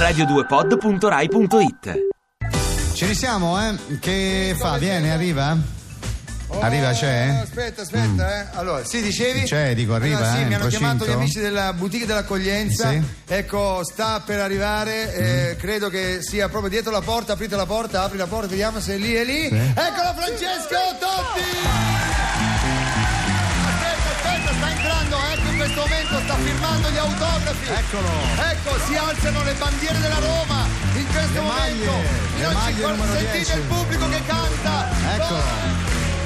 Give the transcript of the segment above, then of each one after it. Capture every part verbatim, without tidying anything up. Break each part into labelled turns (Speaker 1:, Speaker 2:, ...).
Speaker 1: radio due pod punto rai punto it.
Speaker 2: Ci risiamo, eh? Che fa? Viene, arriva?
Speaker 3: Oh,
Speaker 2: arriva, c'è?
Speaker 3: Aspetta, aspetta, mm. eh. Allora, sì, dicevi?
Speaker 2: C'è, dico, arriva,
Speaker 3: allora, sì,
Speaker 2: eh,
Speaker 3: mi hanno
Speaker 2: procinto?
Speaker 3: chiamato gli amici della boutique dell'accoglienza.
Speaker 2: Sì.
Speaker 3: Ecco, sta per arrivare, mm. eh, credo che sia proprio dietro la porta. Aprite la porta, apri la porta, vediamo se è lì, è lì. Sì. Eccolo Francesco Totti! Aspetta, aspetta, sta entrando, ecco, in questo momento sta firmando gli autografi.
Speaker 2: Eccolo.
Speaker 3: Ecco, si alzano le bandiere della Roma in questo
Speaker 2: le
Speaker 3: momento.
Speaker 2: Maglie, le maglie numero
Speaker 3: sentite
Speaker 2: dieci.
Speaker 3: Il pubblico che canta.
Speaker 2: Eccolo.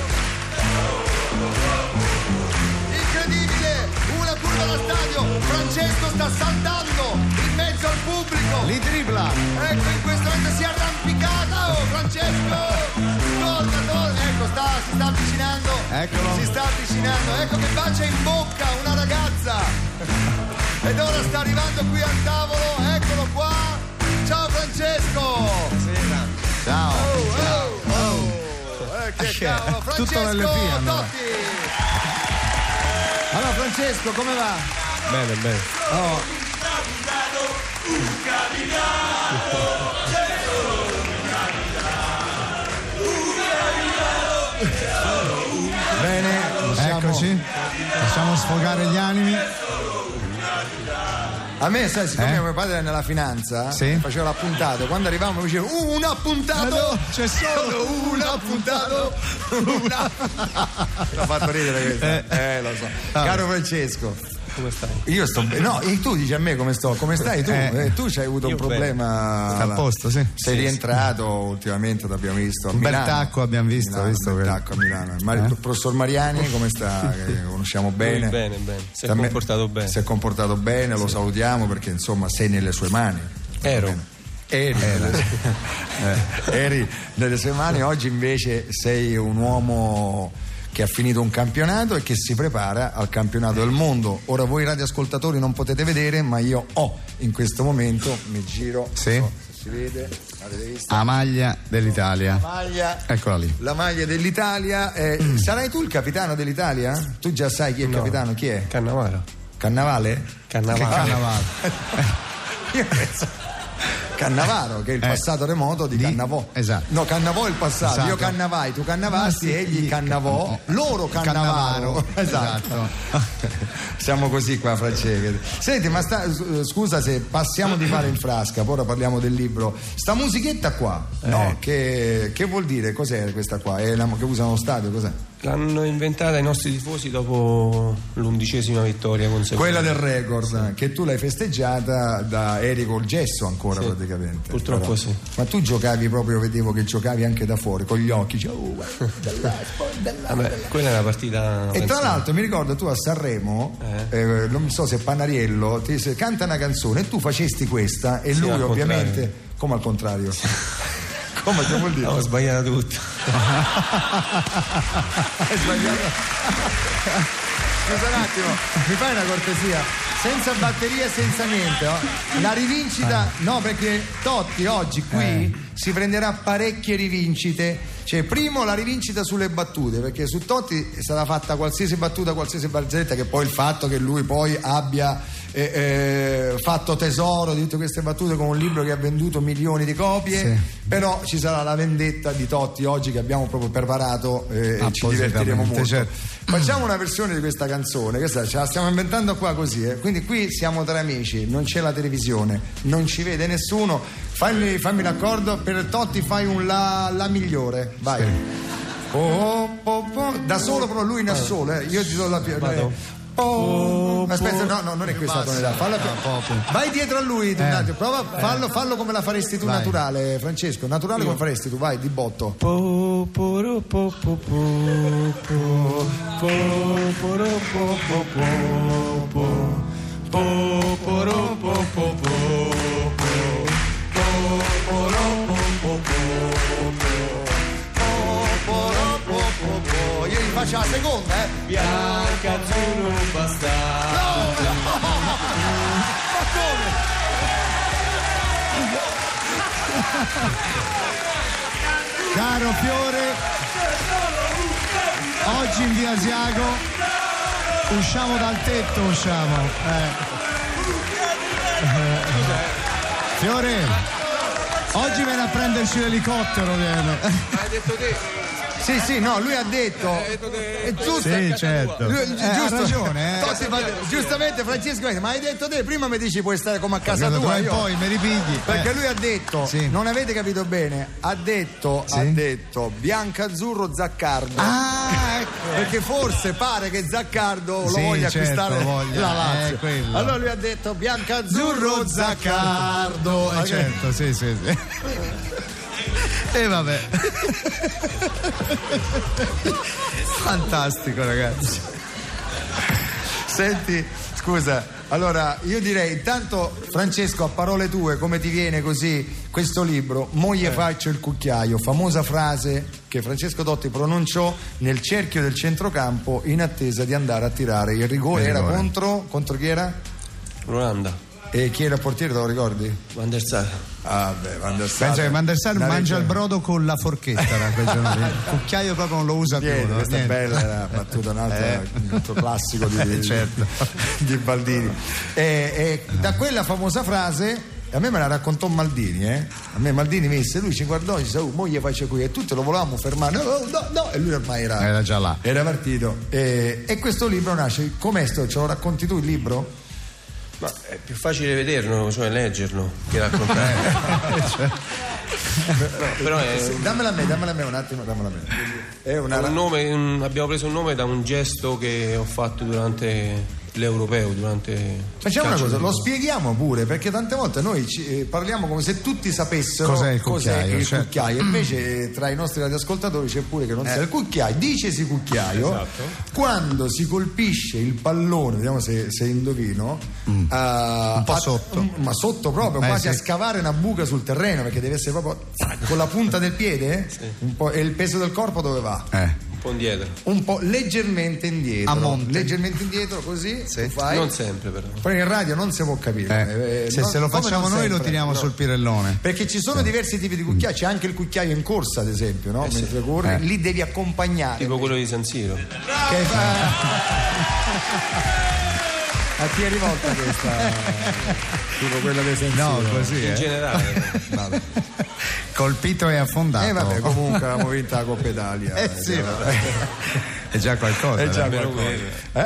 Speaker 3: Incredibile, una curva allo stadio, Francesco sta saltando in mezzo al pubblico,
Speaker 2: li dribbla,
Speaker 3: ecco, in questo momento si è arrampicata. Oh Francesco, torna, torna, ecco, sta, si sta avvicinando,
Speaker 2: eccolo,
Speaker 3: si sta avvicinando, ecco che bacia in bocca una ragazza ed ora sta arrivando qui al tavolo, eccolo qua. Ciao Francesco.
Speaker 2: Buonasera. Ciao.
Speaker 3: Oh, oh, oh. Eh, che cavolo, Francesco
Speaker 2: tutto l'L P, no?
Speaker 3: Totti. Allora Francesco, come va?
Speaker 4: Bene, bene.
Speaker 3: Oh. Bene, possiamo...
Speaker 2: eccoci. Facciamo sfogare gli animi.
Speaker 3: A me, sai, siccome
Speaker 2: eh?
Speaker 3: mio padre era nella finanza,
Speaker 2: sì?
Speaker 3: faceva l'appuntato, quando arrivavamo mi diceva uh, un appuntato,
Speaker 2: no, c'è solo
Speaker 3: un appuntato, una... l'ho fatto ridere questo, eh, eh lo so. Ah, caro Francesco,
Speaker 4: come stai?
Speaker 3: Io sto bene, no, e tu dici a me come sto, come stai tu? Eh, eh, tu ci hai avuto un problema.
Speaker 2: Sta a posto, sì.
Speaker 3: Sei
Speaker 2: sì,
Speaker 3: rientrato sì. Ultimamente, ti abbiamo visto. A
Speaker 2: un
Speaker 3: Milano.
Speaker 2: bel tacco abbiamo visto.
Speaker 3: Milano,
Speaker 2: visto
Speaker 3: un bel
Speaker 2: che...
Speaker 3: tacco a Milano. Ma il
Speaker 2: eh?
Speaker 3: professor Mariani come sta? Che conosciamo bene.
Speaker 4: Lui bene, bene. Si è comportato bene.
Speaker 3: Si è comportato bene, lo sì. salutiamo perché insomma sei nelle sue mani.
Speaker 4: Ero.
Speaker 3: Eri, eh, eri nelle sue mani, oggi invece sei un uomo che ha finito un campionato e che si prepara al campionato del mondo. Ora voi radioascoltatori non potete vedere, ma io ho in questo momento, mi giro,
Speaker 2: sì.
Speaker 3: non so se si vede, l'avete vista?
Speaker 2: La maglia dell'Italia.
Speaker 3: La maglia,
Speaker 2: eccola lì.
Speaker 3: La maglia dell'Italia. Eh, mm. Sarai tu il capitano dell'Italia? Tu già sai chi è il
Speaker 4: no.
Speaker 3: capitano? Chi è?
Speaker 4: Cannavaro.
Speaker 3: Cannavale?
Speaker 4: Cannavaro.
Speaker 2: Cannavaro.
Speaker 3: Io penso Cannavaro, che è il eh, passato remoto di, di Cannavò.
Speaker 2: Esatto.
Speaker 3: No, Cannavò è il passato.
Speaker 2: Esatto.
Speaker 3: Io cannavai, tu cannavasti, sì, egli cannavò,
Speaker 2: no,
Speaker 3: loro cannavaro. Esatto. esatto. Siamo così qua, Francesco. Senti, ma sta, scusa se passiamo di fare in frasca, poi ora parliamo del libro. Sta musichetta qua, eh. no? Che, che vuol dire? Cos'è questa qua? È la, che usano lo stadio? Cos'è?
Speaker 4: L'hanno inventata i nostri tifosi dopo l'undicesima vittoria consecutiva.
Speaker 3: Quella del record, sì. Che tu l'hai festeggiata da eri col gesso ancora, sì, praticamente.
Speaker 4: Purtroppo però. Sì.
Speaker 3: Ma tu giocavi proprio, vedevo che giocavi anche da fuori, con gli occhi, cioè, oh, dall'là, dall'là,
Speaker 4: Vabbè, dall'à. Quella è una partita.
Speaker 3: E tra l'altro mi ricordo tu a Sanremo, eh. Eh, non so se Panariello ti se, canta una canzone e tu facesti questa e sì, lui ovviamente, contrario. Come al contrario? Come che vuol dire?
Speaker 4: Ho sbagliato tutto.
Speaker 3: Hai sbagliato. Scusa un attimo, mi fai una cortesia? Senza batteria e senza niente, oh. La rivincita, no, perché Totti oggi qui eh. si prenderà parecchie rivincite. Cioè, primo la rivincita sulle battute, perché su Totti è stata fatta qualsiasi battuta, qualsiasi barzelletta, che poi il fatto che lui poi abbia eh, eh, fatto tesoro di tutte queste battute con un libro che ha venduto milioni di copie, sì. Però ci sarà la vendetta di Totti oggi che abbiamo proprio preparato eh, e ci divertiremo molto. Certo. Facciamo una versione di questa canzone, questa ce la stiamo inventando qua così, eh. Quindi qui siamo tra amici, non c'è la televisione, non ci vede nessuno. Fammi, fammi l'accordo, per Totti fai un la, la migliore, vai. Sì. Oh, oh, oh. Da solo però lui da solo, eh. Io ti do la più. Oh, aspetta, no, no, non è questa la tonalità. Fallo più. Vai dietro a lui, tu, eh. prova, fallo, fallo come la faresti tu, vai. Naturale, Francesco. Naturale come faresti tu, vai, di botto. Po, po, po, po, po, po, po, po, po, po, po, po, io gli faccio la seconda, eh?
Speaker 5: Bianca, azzurro, bastardo.
Speaker 3: No, no, ma come?
Speaker 2: Caro Fiore, oggi in via Asiago usciamo dal tetto, usciamo. Eh. Fiore, oggi viene a prenderci l'elicottero, viene.
Speaker 4: Hai detto te?
Speaker 3: Sì, sì, no, lui ha detto. È giusto.
Speaker 2: Sì, certo.
Speaker 3: Lui,
Speaker 2: Eh,
Speaker 3: giusto,
Speaker 2: ha ragione, eh.
Speaker 3: Totti fa- giustamente Francesco, ma hai detto te, prima mi dici puoi stare come a casa
Speaker 2: Guarda,
Speaker 3: tua.
Speaker 2: tu e
Speaker 3: Io-
Speaker 2: poi me li pigli.
Speaker 3: Perché
Speaker 2: Eh.
Speaker 3: lui ha detto,
Speaker 2: Sì.
Speaker 3: non avete capito bene, ha detto,
Speaker 2: Sì.
Speaker 3: ha detto bianco-azzurro Zaccardo.
Speaker 2: Ah, ecco.
Speaker 3: Perché forse pare che Zaccardo lo
Speaker 2: Sì,
Speaker 3: voglia
Speaker 2: certo,
Speaker 3: acquistare
Speaker 2: lo voglia,
Speaker 3: la Lazio.
Speaker 2: eh, quello.
Speaker 3: Allora lui ha detto bianco-azzurro Zaccardo.
Speaker 2: Eh,
Speaker 3: Ok.
Speaker 2: certo, sì, sì, sì. E vabbè. Fantastico, ragazzi.
Speaker 3: Senti, scusa, allora io direi intanto Francesco, a parole tue, come ti viene così questo libro? Mo gli faccio il cucchiaio, famosa frase che Francesco Totti pronunciò nel cerchio del centrocampo in attesa di andare a tirare il rigore.
Speaker 2: Il
Speaker 3: Era
Speaker 2: rigore.
Speaker 3: contro, contro chi era?
Speaker 4: Olanda,
Speaker 3: E chi era il portiere, te lo ricordi?
Speaker 4: Van der Sar.
Speaker 3: Ah beh, Van der Sar.
Speaker 2: Penso che Van der Sar
Speaker 3: Una
Speaker 2: mangia il
Speaker 3: leggenda.
Speaker 2: brodo con la forchetta da quel giorno lì. Il cucchiaio proprio non lo usa più.
Speaker 3: Niente,
Speaker 2: no?
Speaker 3: questa
Speaker 2: Niente.
Speaker 3: è bella, era battuta un altro,
Speaker 2: Eh.
Speaker 3: un altro classico di,
Speaker 2: Eh, certo.
Speaker 3: di Baldini. E, e da quella famosa frase, a me me la raccontò Maldini, eh? A me Maldini mi disse, lui ci guardò e disse, oh, mo gli faccio qui, e tutti lo volevamo fermare, no, no, no, e lui ormai era,
Speaker 2: Era già là.
Speaker 3: era partito. E, e questo libro nasce, com'è sto? Ce lo racconti tu il libro?
Speaker 4: Ma è più facile vederlo, cioè leggerlo, che raccontare. No, però è
Speaker 3: Sì, dammela a me, dammela a me un attimo, dammela a me. È una
Speaker 4: un nome, un- abbiamo preso un nome da un gesto che ho fatto durante l'Europeo, durante
Speaker 3: Facciamo una
Speaker 4: calcio
Speaker 3: cosa,
Speaker 4: di
Speaker 3: lo
Speaker 4: rigore.
Speaker 3: spieghiamo pure, perché tante volte noi ci, eh, parliamo come se tutti sapessero
Speaker 2: Cos'è il cucchiaio,
Speaker 3: il
Speaker 2: certo.
Speaker 3: cucchiaio. Invece eh, tra i nostri radioascoltatori c'è pure che non sa il cucchiaio. Dicesi cucchiaio
Speaker 4: Esatto.
Speaker 3: quando si colpisce il pallone, vediamo se, se indovino, a-
Speaker 2: Un po'
Speaker 3: a-
Speaker 2: sotto.
Speaker 3: ma sotto proprio,
Speaker 2: Eh,
Speaker 3: quasi
Speaker 2: sì.
Speaker 3: a scavare una buca sul terreno, perché deve essere proprio con la punta del piede, eh? Un po', e il peso del corpo dove va?
Speaker 2: Eh.
Speaker 4: Un po' indietro.
Speaker 3: Un po' leggermente indietro.
Speaker 2: A monte.
Speaker 3: Leggermente indietro così,
Speaker 2: Sì.
Speaker 3: tu fai.
Speaker 4: Non sempre però.
Speaker 3: Poi in radio non si può capire.
Speaker 2: Eh.
Speaker 3: Eh,
Speaker 2: Se,
Speaker 3: non-
Speaker 2: se lo
Speaker 3: come
Speaker 2: facciamo
Speaker 3: non
Speaker 2: noi lo
Speaker 3: sempre?
Speaker 2: tiriamo
Speaker 3: No.
Speaker 2: sul pirellone.
Speaker 3: Perché ci sono diversi tipi di cucchiaio, c'è anche il cucchiaio in corsa, ad esempio, no? Mentre corri,
Speaker 2: Eh.
Speaker 3: lì devi accompagnare.
Speaker 4: Tipo quello di San Siro.
Speaker 3: Che fa- A chi è rivolta questa? Tipo quella dei San
Speaker 2: No,
Speaker 3: Siro.
Speaker 2: così,
Speaker 4: In
Speaker 2: eh.
Speaker 4: generale.
Speaker 3: Vabbè.
Speaker 2: Colpito e affondato.
Speaker 3: Eh vabbè, comunque abbiamo vinto la Coppa Italia.
Speaker 2: Eh sì, vabbè. È già qualcosa.
Speaker 3: È già
Speaker 2: dai.
Speaker 3: qualcosa. Eh?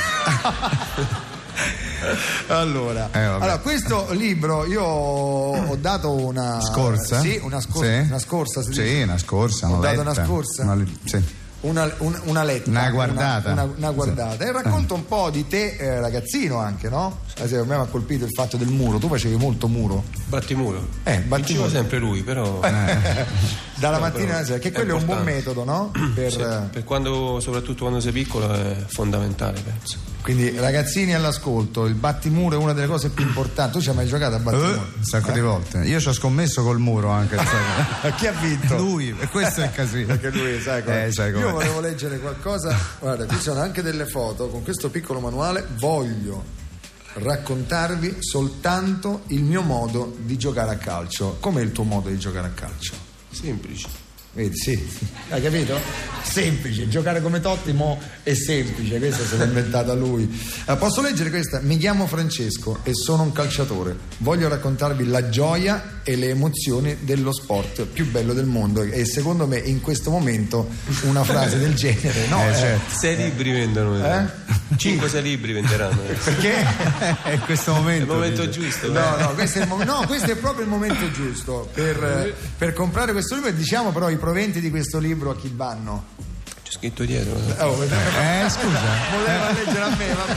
Speaker 3: Allora,
Speaker 2: Eh, vabbè.
Speaker 3: allora, questo libro io ho dato una
Speaker 2: Scorsa?
Speaker 3: Sì, una scorsa,
Speaker 2: Sì.
Speaker 3: una scorsa, si
Speaker 2: Sì,
Speaker 3: dice?
Speaker 2: una scorsa.
Speaker 3: Ho
Speaker 2: una
Speaker 3: dato
Speaker 2: letta.
Speaker 3: una scorsa?
Speaker 2: Una le- sì.
Speaker 3: Una, un- una lettera,
Speaker 2: Una guardata.
Speaker 3: una, una- una guardata. E racconta un po' di te, eh, ragazzino anche, no? Ad esempio, a me mi ha colpito il fatto del muro. Tu facevi molto muro.
Speaker 4: Battimuro.
Speaker 3: Eh, battimuro.
Speaker 4: Diceva sempre lui, però.
Speaker 3: Dalla
Speaker 4: No,
Speaker 3: mattina
Speaker 4: però
Speaker 3: alla sera, che
Speaker 4: è
Speaker 3: quello è un buon
Speaker 4: importante.
Speaker 3: metodo, no? Per,
Speaker 4: Sì,
Speaker 3: eh,
Speaker 4: per quando, soprattutto quando sei piccolo, è fondamentale, penso.
Speaker 3: Quindi, ragazzini all'ascolto, il battimuro è una delle cose più importanti. Tu ci hai mai giocato a
Speaker 2: Eh,
Speaker 3: battimuro?
Speaker 2: un sacco di volte. Io ci ho scommesso col muro anche. sai.
Speaker 3: Chi ha vinto?
Speaker 2: Lui, e questo è il casino.
Speaker 3: Perché lui sai come.
Speaker 2: Eh, sai com'è.
Speaker 3: Io volevo leggere qualcosa. Guarda, qui sono anche delle foto con questo piccolo manuale. Voglio raccontarvi soltanto il mio modo di giocare a calcio. Com'è il tuo modo di giocare a calcio?
Speaker 4: Semplice.
Speaker 3: Vedi, sì, hai capito? Semplice, giocare come Totti mo è semplice, questa se l'ha inventata lui. Eh, posso leggere questa? Mi chiamo Francesco e sono un calciatore. Voglio raccontarvi la gioia e le emozioni dello sport più bello del mondo. E secondo me in questo momento una frase del genere, no?
Speaker 2: Eh,
Speaker 3: Eh,
Speaker 2: certo.
Speaker 4: Sei libri vendono.
Speaker 3: Eh?
Speaker 4: cinque sei libri venderanno. eh.
Speaker 3: Perché?
Speaker 2: È questo
Speaker 4: È il
Speaker 2: momento.
Speaker 4: momento
Speaker 2: dice.
Speaker 4: giusto.
Speaker 3: No,
Speaker 4: eh.
Speaker 3: no, questo è, il mom- no, questo è proprio il momento giusto per, eh, per comprare questo libro. E diciamo però i proventi di questo libro a chi vanno?
Speaker 4: C'è scritto dietro. eh.
Speaker 3: Oh,
Speaker 2: Eh, scusa.
Speaker 3: voleva leggere a me, vabbè.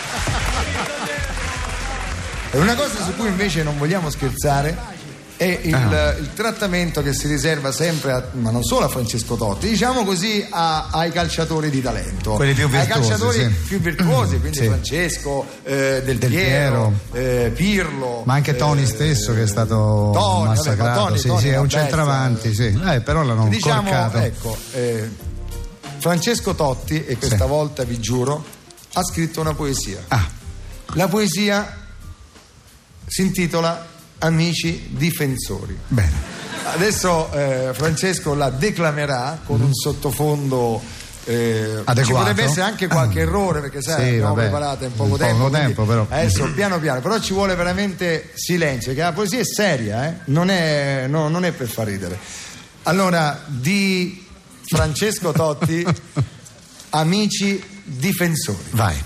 Speaker 3: E una cosa su cui invece non vogliamo scherzare è il,
Speaker 2: Ah.
Speaker 3: il trattamento che si riserva sempre, a, ma non solo a Francesco Totti, diciamo così, a- ai calciatori di talento.
Speaker 2: Quelli più
Speaker 3: ai
Speaker 2: virtuosi,
Speaker 3: calciatori
Speaker 2: sì.
Speaker 3: più virtuosi, quindi
Speaker 2: Sì.
Speaker 3: Francesco, eh, Del,
Speaker 2: Del
Speaker 3: Piero, eh, Pirlo.
Speaker 2: Ma anche Tony
Speaker 3: eh,
Speaker 2: stesso che è stato
Speaker 3: Tony,
Speaker 2: massacrato.
Speaker 3: vabbè, ma Tony-
Speaker 2: sì,
Speaker 3: Tony
Speaker 2: sì, è
Speaker 3: una
Speaker 2: un
Speaker 3: bestia.
Speaker 2: centravanti, sì. Eh, però l'hanno
Speaker 3: Diciamo,
Speaker 2: corcato.
Speaker 3: ecco, eh, Francesco Totti, e questa
Speaker 2: Sì.
Speaker 3: volta vi giuro, ha scritto una poesia.
Speaker 2: Ah,
Speaker 3: La poesia si intitola Amici difensori.
Speaker 2: bene.
Speaker 3: Adesso eh, Francesco la declamerà con un sottofondo eh,
Speaker 2: Adeguato.
Speaker 3: ci potrebbe essere anche qualche errore, perché sai,
Speaker 2: Sì,
Speaker 3: abbiamo
Speaker 2: vabbè,
Speaker 3: preparato in poco
Speaker 2: in
Speaker 3: tempo,
Speaker 2: poco
Speaker 3: quindi
Speaker 2: tempo, però.
Speaker 3: adesso piano piano, però ci vuole veramente silenzio, perché la poesia è seria, eh? non, è, no, non è per far ridere. Allora, di Francesco Totti, Amici difensori.
Speaker 2: Vai.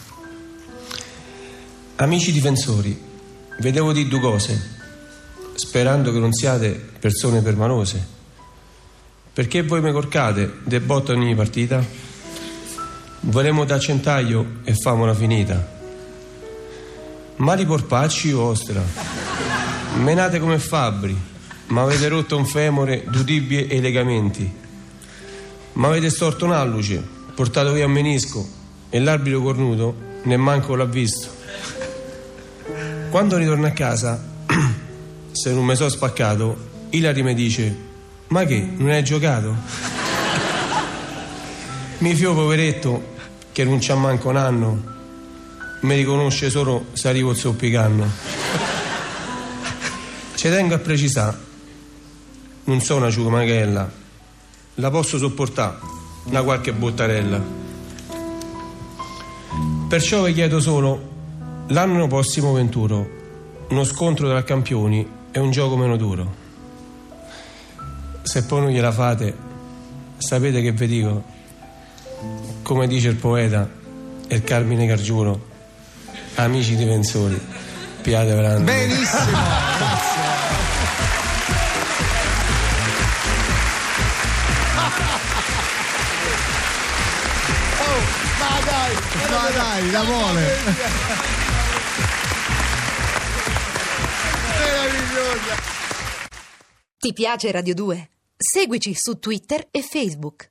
Speaker 4: Amici difensori, vedevo di due cose, sperando che non siate persone permanose. Perché voi mi corcate de botte ogni partita? Volemo da centaio e famo una finita. Mali porpacci vostra, menate come fabbri, ma avete rotto un femore, due tibie e i legamenti. Ma avete storto un alluce, portato via un menisco e l'arbitro cornuto nemmanco l'ha visto. Quando ritorno a casa, se non mi sono spaccato, Ilari mi dice: ma che, non hai giocato? Mi fio poveretto che non c'ha manco un anno, mi riconosce solo se arrivo il zoppicanno. Ci tengo a precisare, non sono una ciumaghella, la posso sopportare una qualche bottarella. Perciò vi chiedo solo, l'anno prossimo venturo, uno scontro tra campioni è un gioco meno duro. Se poi non gliela fate, sapete che vi dico? Come dice il poeta e il Carmine Gargiulo, amici difensori, piate verranno.
Speaker 3: Benissimo, grazie. Oh, ma dai,
Speaker 2: Ma dai, la vuole.
Speaker 3: meravigliosa.
Speaker 6: Ti piace Radio due? Seguici su Twitter e Facebook.